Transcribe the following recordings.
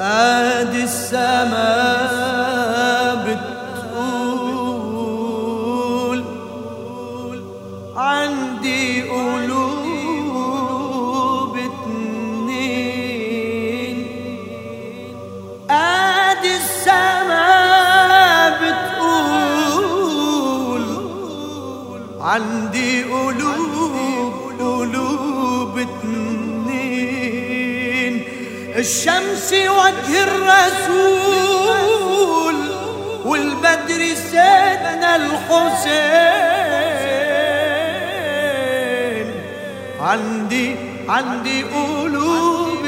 ادي السما بتقول عندي قلوب اتنين. ادي السما بتقول عندي قلوب اتنين. الشمس وجه الرسول والبدر سيدنا الحسين. عندي قلوب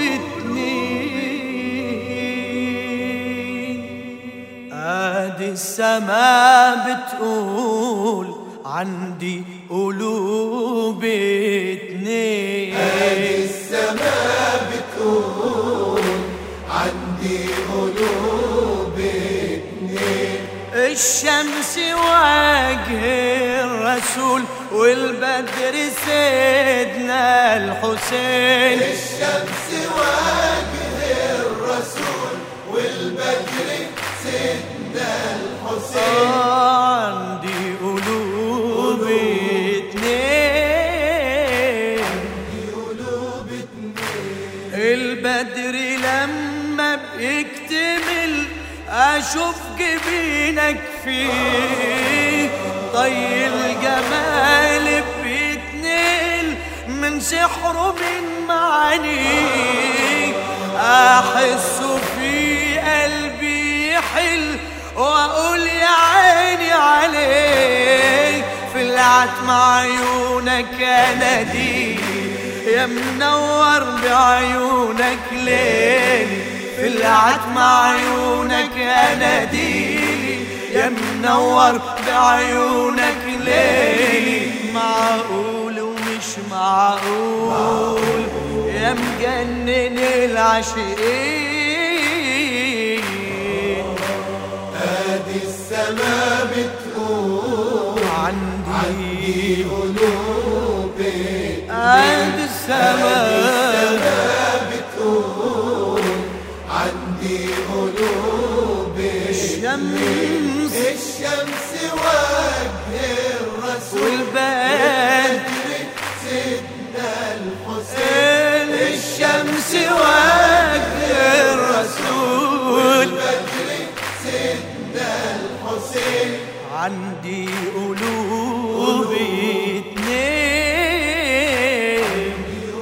اتنين. ادي السما بتقول عندي قلوب اتنين. ادي السما بتقول عندي قلوب اتنين. الشمس وجه الرسول والبدر سيدنا الحسين. الشمس وجه الرسول والبدر سيدنا الحسين. عندي قلوب اتنين. البدر لما بيكتمل اشوف جبينك فيه طي الجمال بيتنقل من سحره من معانيه. احس في قلبي يحل واقول يا عيني عليك. في العتم عيونك اناديك يا منور بعيونك ليلي. في العتم عيونك اناديك يا منور بعيونك ليلي. معقول ومش معقول يا مجنن العاشقين. ادي السما بتقول عندي قلوب اتنين. ادي السما بتقول عندي قلوب اتنين. الشمس وجه الرسول والبدر سيدنا الحسين. الشمس وجه الرسول والبدر سيدنا الحسين. عندي قلوب اتنين.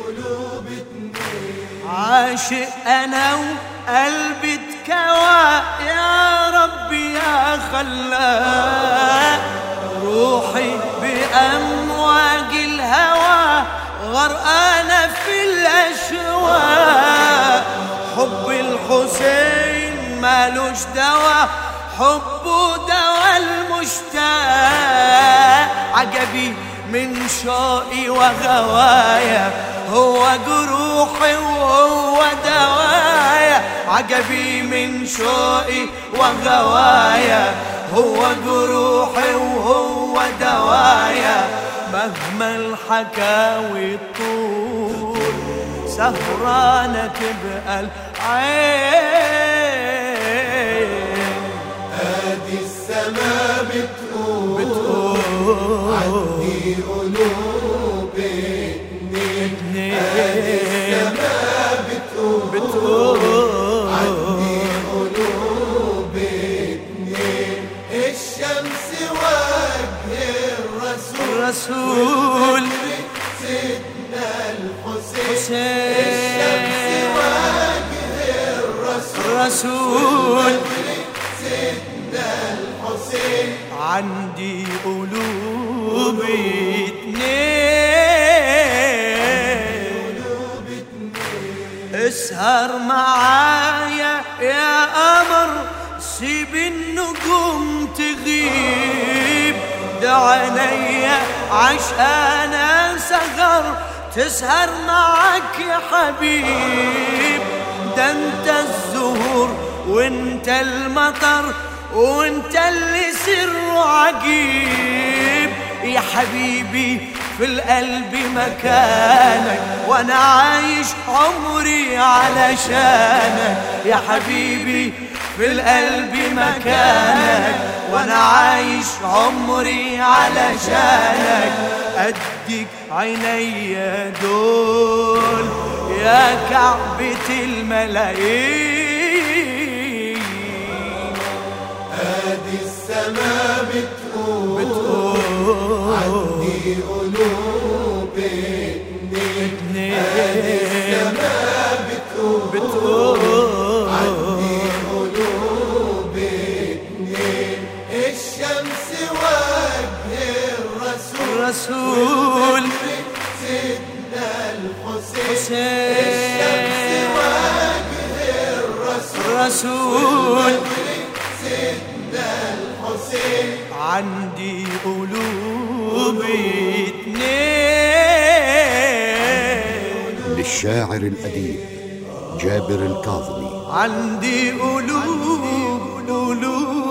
عاشق انا وقلبي اتكوى يا ربي يا خلاق. روحي بأمواج الهوى غرقانة في الأشواق. حب الحسين مالوش دوا حبه دوا المشتاق. عجبي من شوقي وغوايا هو جروحي وهو دوايا. عجبي من شوقي وغوايا هو جروحي وهو دوايا. مهما الحكاوي طول سهرانة تبقى العين. ادي السما بتقول عندي قلوب اتنين. ادي السما بتقول عندي قلوب اتنين. الشمس وجه الرسول سيدنا الحسين. الشمس وجه الرسول سيدنا الحسين. عندي قلوب اتنين. اسهر معايا يا قمر سيب النجوم تغيب. ده عينيا عشقانة سهر تسهر معاك يا حبيب. ده انت الزهور وانت المطر وانت اللي سره عجيب. يا حبيبي في القلب مكانك، وانا عايش عمري علشانك يا حبيبي، في القلب مكانك، وانا عايش عمري علشانك. اديك عينيا دول يا كعبة الملايين، ادي السما بتقول عندي قلوب اتنين، ادي السما بتقول عندي قلوب اتنين. الشمس وجه الرسول سيدنا الحسين، الشمس وجه الرسول سيدنا الحسين. عندي قلوب اتنين. للشاعر الأديب جابر الكاظمي. عندي قلوب